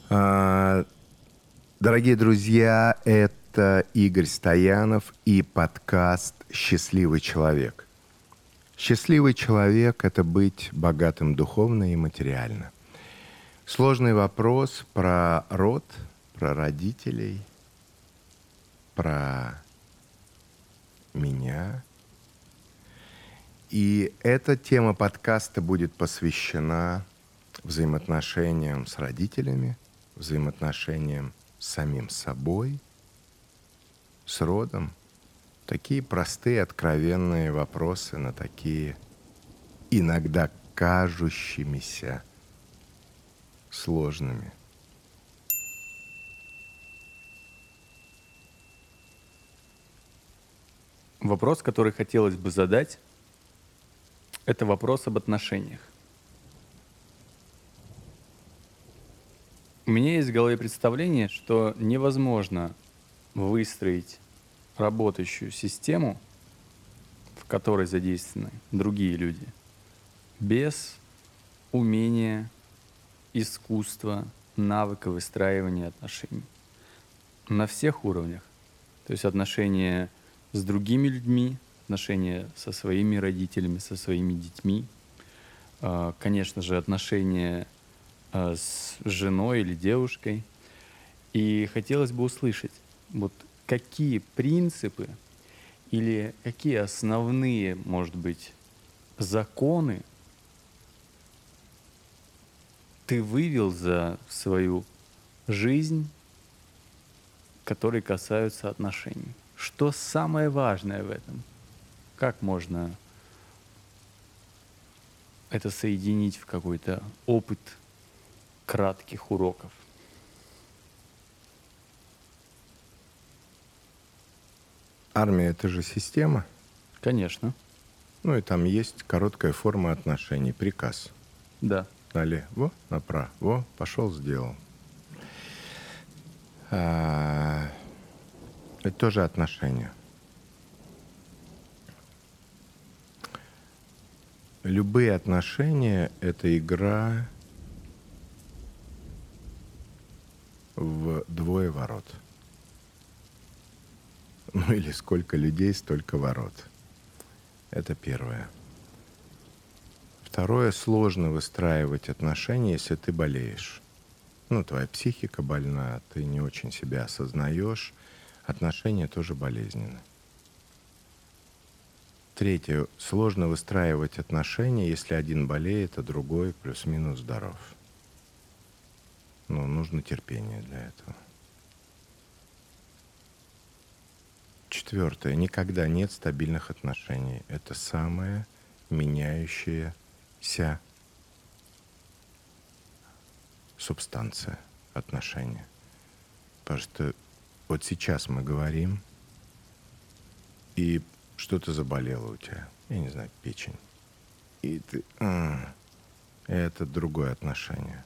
А, Дорогие друзья, это Игорь Стоянов и подкаст «Счастливый человек». Счастливый человек – это быть богатым духовно и материально. Сложный вопрос про род, про родителей, про меня. И эта тема подкаста будет посвящена взаимоотношениям с родителями, взаимоотношениям с самим собой, с родом. Такие простые, откровенные вопросы на такие иногда кажущимися сложными. Вопрос, который хотелось бы задать, это вопрос об отношениях. У меня есть в голове представление, что невозможно выстроить работающую систему, в которой задействованы другие люди, без умения, искусства, навыка выстраивания отношений на всех уровнях. То есть отношения с другими людьми, отношения со своими родителями, со своими детьми, конечно же, отношения с женой или девушкой. И хотелось бы услышать, вот какие принципы или какие основные, может быть, законы ты вывел за свою жизнь, которые касаются отношений. Что самое важное в этом? Как можно это соединить в какой-то опыт кратких уроков? Армия – это же система. Конечно. Ну и там есть короткая форма отношений, приказ. Да. Налево, направо, пошел, сделал. Это тоже отношения. Любые отношения – это игра в двое ворот. Ну или сколько людей, столько ворот. Это первое. Второе, сложно выстраивать отношения, если ты болеешь. Ну, твоя психика больна, ты не очень себя осознаешь. Отношения тоже болезненны. Третье, сложно выстраивать отношения, если один болеет, а другой плюс-минус здоров. Ну, нужно терпение для этого. Четвертое, никогда нет стабильных отношений. Это самое меняющаяся субстанция отношения. Потому что вот сейчас мы говорим, и что-то заболело у тебя. Я не знаю, печень. И ты... это другое отношение.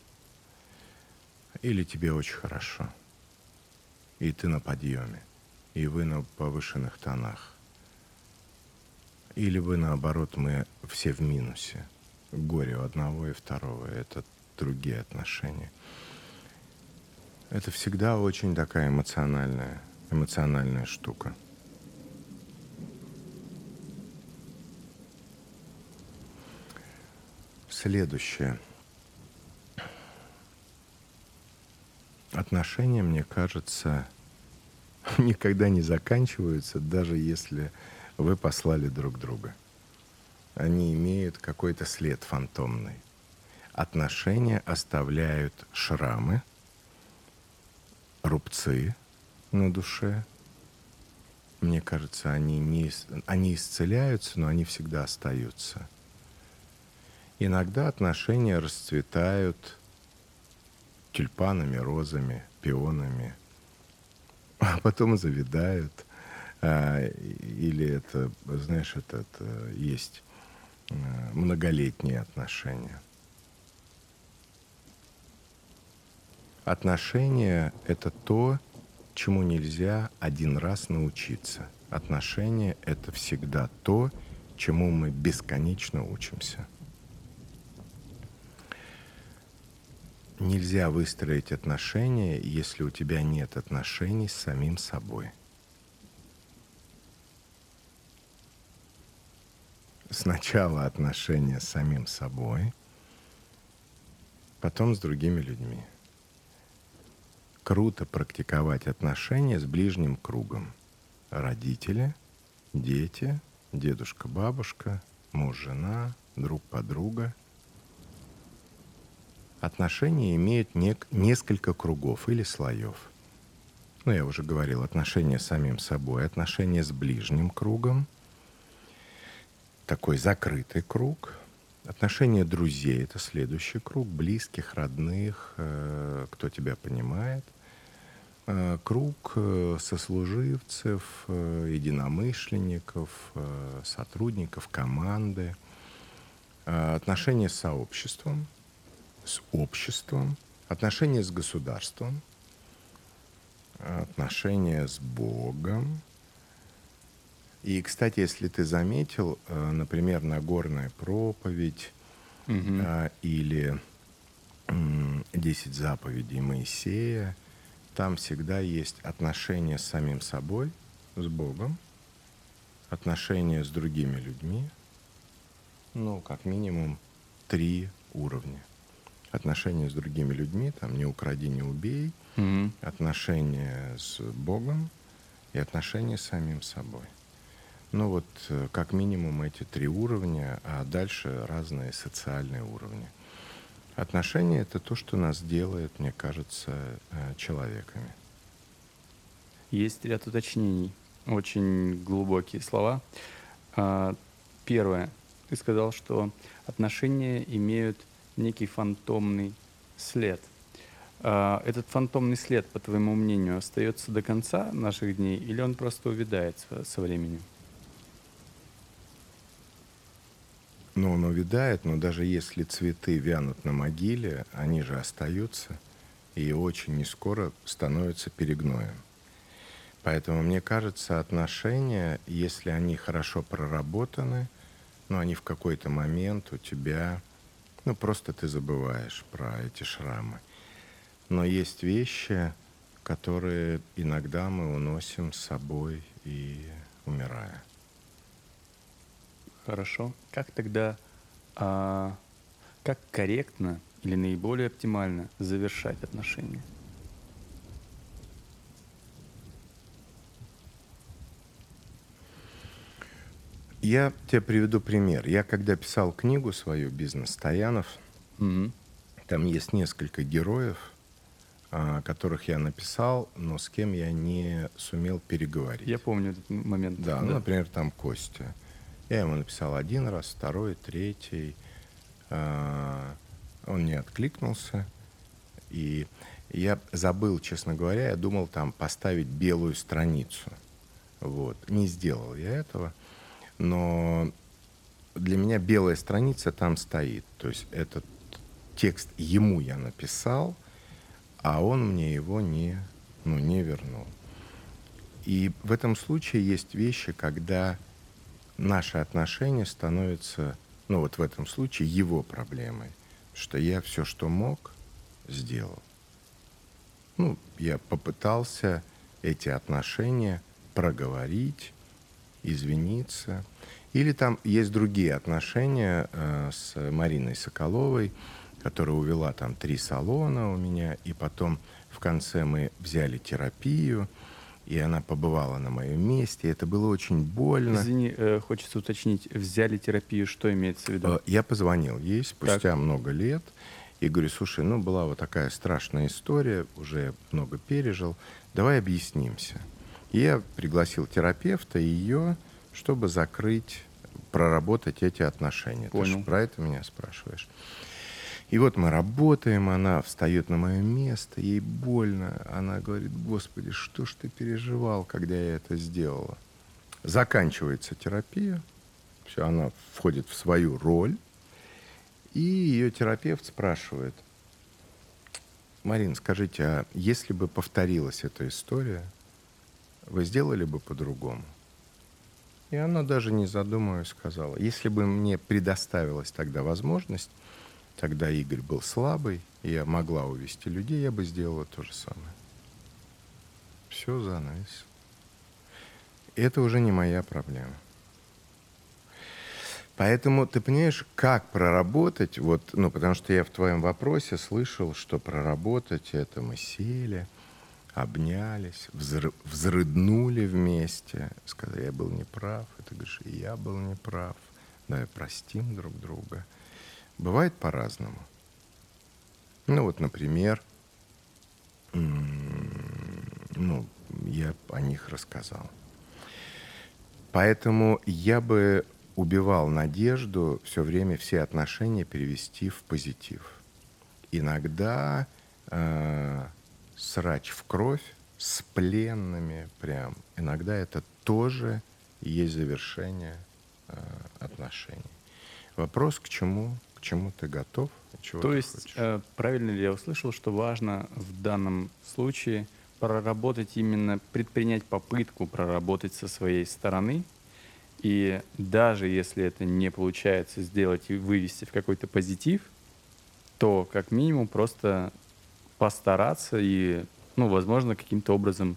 Или тебе очень хорошо. И ты на подъеме. И вы на повышенных тонах. Или вы, наоборот, мы все в минусе. Горе у одного и второго. Это другие отношения. Это всегда очень такая эмоциональная штука. Следующее. Отношения, мне кажется, никогда не заканчиваются, даже если вы послали друг друга. Они имеют какой-то след фантомный. Отношения оставляют шрамы, рубцы на душе. Мне кажется, они исцеляются, но они всегда остаются. Иногда отношения расцветают тюльпанами, розами, пионами, а потом завядают. Или это, знаешь, это есть многолетние отношения. Отношения – это то, чему нельзя один раз научиться. Отношения – это всегда то, чему мы бесконечно учимся. нельзя выстроить отношения, если у тебя нет отношений с самим собой. Сначала отношения с самим собой, потом с другими людьми. Круто практиковать отношения с ближним кругом. Родители, дети, дедушка, бабушка, муж, жена, друг, подруга. Отношения имеют несколько кругов или слоев. Ну, я уже говорил, отношения с самим собой, отношения с ближним кругом, такой закрытый круг. Отношения друзей — это следующий круг, близких, родных, кто тебя понимает. Круг сослуживцев, единомышленников, сотрудников команды. Отношения с сообществом, с обществом, отношения с государством, отношения с Богом. И, кстати, если ты заметил, например, Нагорная проповедь или 10 заповедей Моисея, там всегда есть отношения с самим собой, с Богом, отношения с другими людьми, ну, как минимум 3 уровня. Отношения с другими людьми, там «не укради, не убей», отношения с Богом и отношения с самим собой. Ну вот как минимум эти 3 уровня, а дальше разные социальные уровни. Отношения — это то, что нас делает, мне кажется, человеками. Есть ряд уточнений, очень глубокие слова. Первое. Ты сказал, что отношения имеют некий фантомный след. Этот фантомный след, по твоему мнению, остается до конца наших дней или он просто увядает со временем? Ну, он увядает, но даже если цветы вянут на могиле, они же остаются и очень нескоро становятся перегноем. Поэтому, мне кажется, отношения, если они хорошо проработаны, ну, они в какой-то момент у тебя, ну, просто ты забываешь про эти шрамы. Но есть вещи, которые иногда мы уносим с собой и умирая. Хорошо. Как тогда, как корректно или наиболее оптимально завершать отношения? Я тебе приведу пример. Я когда писал книгу свою «Бизнес Стоянов», там есть несколько героев, которых я написал, но с кем я не сумел переговорить. Я помню этот момент. Да, ну, например, там Костя. Я ему написал 1 раз, 2, 3. Он не откликнулся. И я забыл, честно говоря, я думал там поставить белую страницу. Вот. Не сделал я этого. Но для меня белая страница там стоит. То есть этот текст ему я написал, а он мне его не вернул. И в этом случае есть вещи, когда наши отношения становятся, ну вот в этом случае, его проблемой. Что я все, что мог, сделал. Ну, я попытался эти отношения проговорить, извиниться. Или там есть другие отношения с Мариной Соколовой, которая увела там 3 салона у меня, и потом в конце мы взяли терапию, и она побывала на моем месте, и это было очень больно. Извини, хочется уточнить, взяли терапию, что имеется в виду? Я позвонил ей спустя много лет и говорю: слушай, ну была вот такая страшная история, уже много пережил, давай объяснимся. И я пригласил терапевта и ее, чтобы закрыть, проработать эти отношения. Понял. Ты же про это меня спрашиваешь. И вот мы работаем, она встает на мое место, ей больно. Она говорит: Господи, что ж ты переживал, когда я это сделала? Заканчивается терапия, все, она входит в свою роль, и ее терапевт спрашивает: Марин, скажите, а если бы повторилась эта история, вы сделали бы по-другому? И она, даже не задумываясь, сказала: если бы мне предоставилась тогда возможность, тогда Игорь был слабый, я могла увести людей, я бы сделала то же самое. Все, занавес. Это уже не моя проблема. Поэтому ты понимаешь, как проработать, вот, ну, потому что я в твоем вопросе слышал, что проработать это мы сели, обнялись, взрыднули вместе, сказали, я был неправ, и ты говоришь, и я был неправ, давай простим друг друга. Бывает по-разному. Ну вот, например, ну, я о них рассказал. Поэтому я бы убивал надежду все время все отношения перевести в позитив. Иногда срач в кровь с пленными прям. Иногда это тоже есть завершение отношений. Вопрос, к чему ты готов, чего То ты есть, хочешь. правильно ли я услышал, что важно в данном случае проработать именно, предпринять попытку проработать со своей стороны, и даже если это не получается сделать и вывести в какой-то позитив, то как минимум просто постараться и, ну, возможно, каким-то образом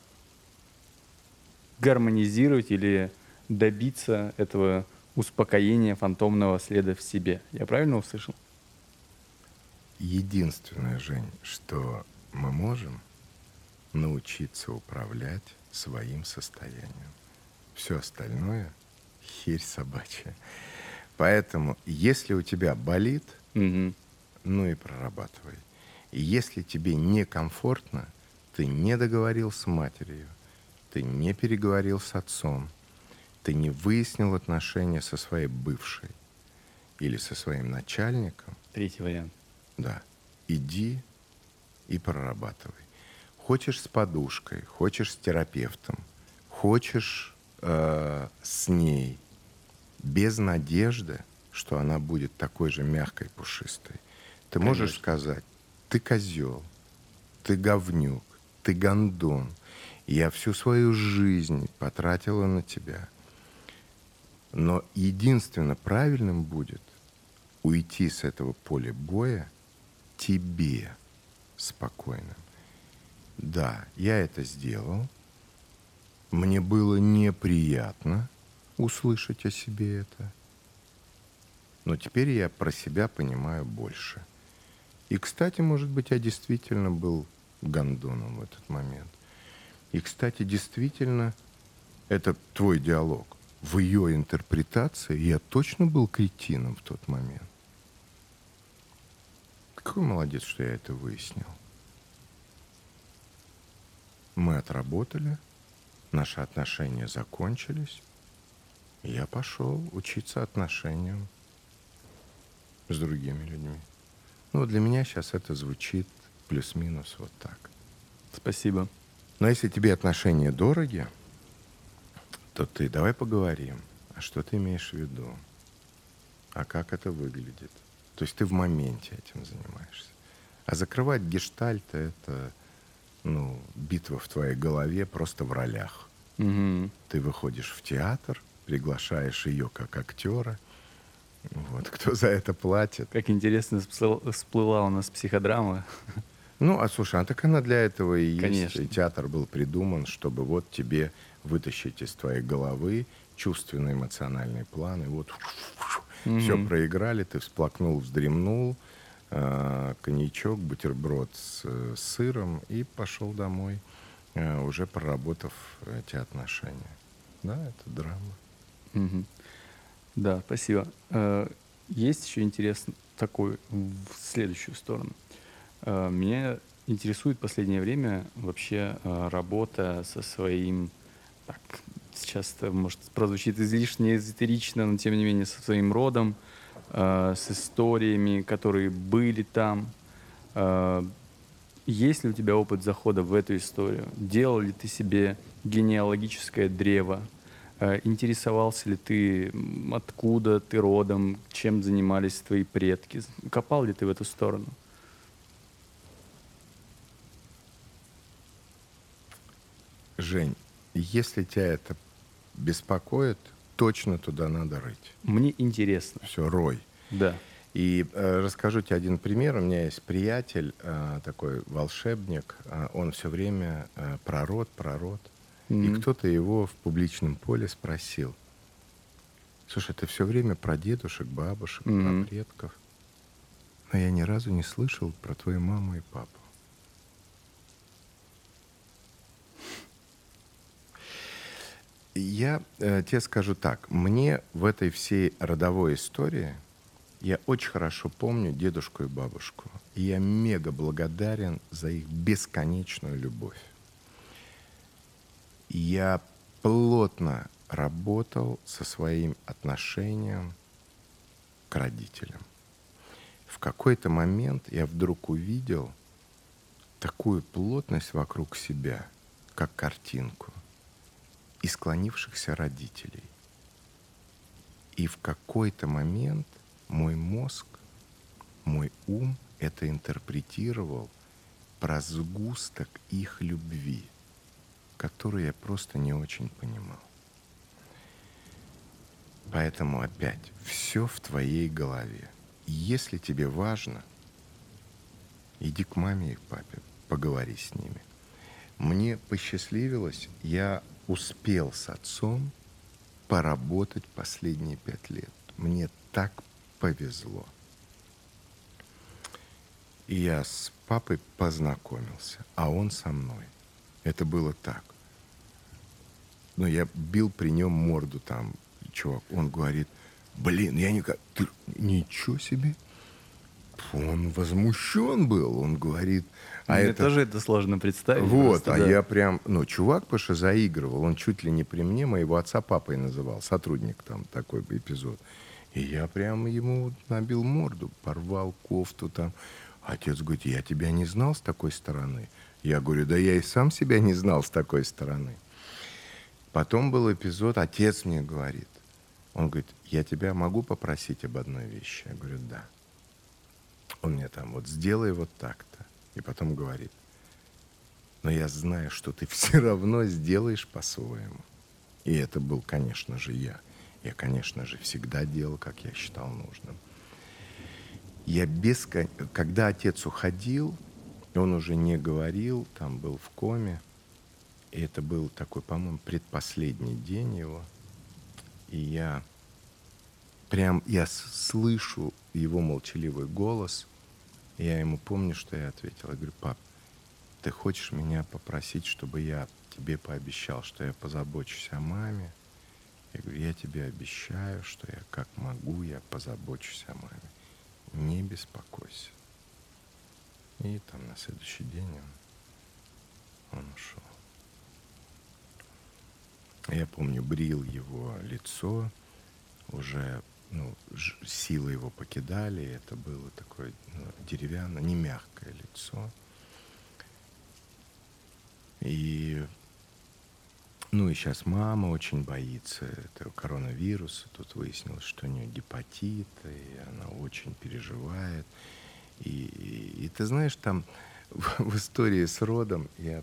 гармонизировать или добиться этого успокоения фантомного следа в себе. Я правильно услышал? Единственное, Жень, что мы можем научиться управлять своим состоянием. Все остальное — херь собачья. Поэтому, если у тебя болит, Мгм. ну и прорабатывай. И если тебе некомфортно, ты не договорил с матерью, ты не переговорил с отцом, ты не выяснил отношения со своей бывшей или со своим начальником, Третий вариант. да, иди и прорабатывай. Хочешь с подушкой, хочешь с терапевтом, хочешь с ней, без надежды, что она будет такой же мягкой, пушистой. Ты можешь Конечно. сказать, ты козел, ты говнюк, ты гондон. Я всю свою жизнь потратила на тебя. Но единственно правильным будет уйти с этого поля боя тебе спокойным. Да, я это сделал. Мне было неприятно услышать о себе это. Но теперь я про себя понимаю больше. И, кстати, может быть, я действительно был гондоном в этот момент. И, кстати, действительно, это твой диалог. В ее интерпретации я точно был кретином в тот момент. Какой молодец, что я это выяснил. Мы отработали, наши отношения закончились, и я пошел учиться отношениям с другими людьми. Ну, для меня сейчас это звучит плюс-минус вот так. Спасибо. Но если тебе отношения дороги, то ты давай поговорим. А что ты имеешь в виду? А как это выглядит? То есть ты в моменте этим занимаешься. А закрывать гештальты — это, ну, битва в твоей голове просто в ролях. Мгм. Ты выходишь в театр, приглашаешь ее как актера. Вот, кто за это платит? Как интересно всплыла у нас психодрама. Ну, а слушай, а так она для этого и есть. Конечно. И театр был придуман, чтобы вот тебе вытащить из твоей головы чувственный эмоциональный план. И вот все Мгм. проиграли, ты всплакнул, вздремнул, коньячок, бутерброд с сыром и пошел домой, уже проработав эти отношения. Да, это драма. Мгм. Да, спасибо. Есть еще интерес такой в следующую сторону. Меня интересует в последнее время вообще работа со своим, так, сейчас это может прозвучит излишне эзотерично, но тем не менее со своим родом, с историями, которые были там. Э, Есть ли у тебя опыт захода в эту историю? Делал ли ты себе генеалогическое древо? Интересовался ли ты, откуда ты родом, чем занимались твои предки? Копал ли ты в эту сторону? Жень, если тебя это беспокоит, точно туда надо рыть. Мне интересно. Все, рой. Да. И расскажу тебе один пример. У меня есть приятель, такой волшебник. Он все время пророк. И М, кто-то его в публичном поле спросил: слушай, ты все время про дедушек, бабушек, про мгм. предков, но я ни разу не слышал про твою маму и папу. Я тебе скажу так. Мне в этой всей родовой истории я очень хорошо помню дедушку и бабушку. И я мега благодарен за их бесконечную любовь. Я плотно работал со своим отношением к родителям. В какой-то момент я вдруг увидел такую плотность вокруг себя, как картинку, и склонившихся родителей. И в какой-то момент мой мозг, мой ум это интерпретировал про сгусток их любви, которую я просто не очень понимал. Поэтому опять все в твоей голове. И если тебе важно, иди к маме и к папе, поговори с ними. Мне посчастливилось, я успел с отцом поработать последние 5 лет. Мне так повезло. И я с папой познакомился, а он со мной. Это было так. Ну, я бил при нем морду там, чувак. Он говорит: блин, я никак... Ты... Ничего себе. Он возмущен был. Он говорит, а Мне это... тоже это сложно представить Вот, просто, а да. я прям... Ну, чувак, потому что заигрывал. Он чуть ли не при мне моего отца папой называл. Сотрудник там, такой эпизод. И я прям ему набил морду, порвал кофту там. Отец говорит: я тебя не знал с такой стороны. Я говорю: да я и сам себя не знал с такой стороны. Потом был эпизод, отец мне говорит, он говорит: я тебя могу попросить об одной вещи? Я говорю: да. Он мне там: вот сделай вот так-то. И потом говорит: но я знаю, что ты все равно сделаешь по-своему. И это был, конечно же, я. Я, конечно же, всегда делал, как я считал нужным. Когда отец уходил, он уже не говорил, там был в коме. И это был такой, по-моему, предпоследний день его. И я слышу его молчаливый голос. И я ему помню, что я ответил. Я говорю: пап, ты хочешь меня попросить, чтобы я тебе пообещал, что я позабочусь о маме? Я говорю: я тебе обещаю, что я как могу, я позабочусь о маме. Не беспокойся. И там на следующий день он ушел. Я помню, брил его лицо, уже силы его покидали, это было такое деревянное, не мягкое лицо. И сейчас мама очень боится этого коронавируса. Тут выяснилось, что у нее гепатит, и она очень переживает. И ты знаешь, там в истории с родом я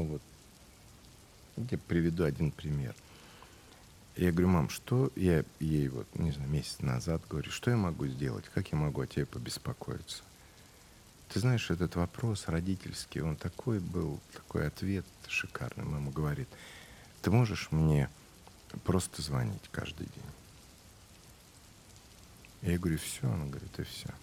приведу один пример. Я говорю: мам, что я ей не знаю, месяц назад говорю, что я могу сделать, как я могу о тебе побеспокоиться? Ты знаешь, этот вопрос родительский, он такой был, такой ответ шикарный. Мама говорит: ты можешь мне просто звонить каждый день? Я говорю: все. Она говорит: и все.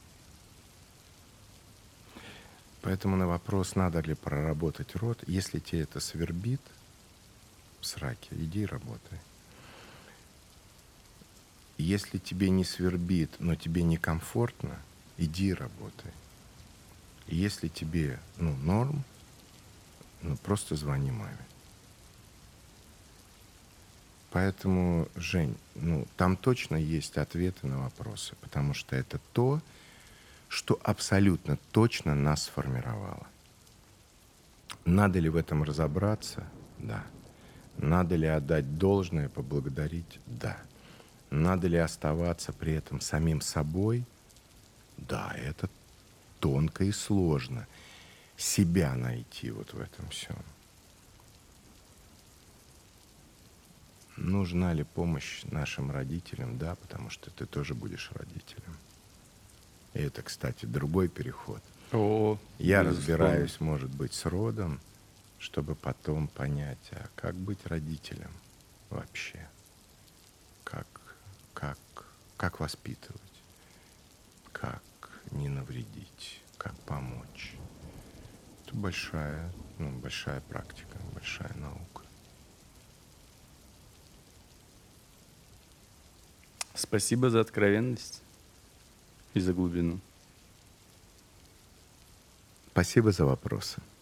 Поэтому на вопрос, надо ли проработать род, если тебе это свербит в сраке, иди работай. Если тебе не свербит, но тебе некомфортно, иди работай. И если тебе норм, просто звони маме. Поэтому, Жень, там точно есть ответы на вопросы, потому что это то, что абсолютно точно нас сформировало. Надо ли в этом разобраться? Да. Надо ли отдать должное, поблагодарить? Да. Надо ли оставаться при этом самим собой? Да, это тонко и сложно. Себя найти вот в этом всем. Нужна ли помощь нашим родителям? Да, потому что ты тоже будешь родителем. И это, кстати, другой переход. О, Я безусловно. разбираюсь, может быть, с родом, чтобы потом понять, а как быть родителем вообще? Как, как, как воспитывать? Как не навредить? Как помочь? Это большая практика, большая наука. Спасибо за откровенность и за глубину. Спасибо за вопросы.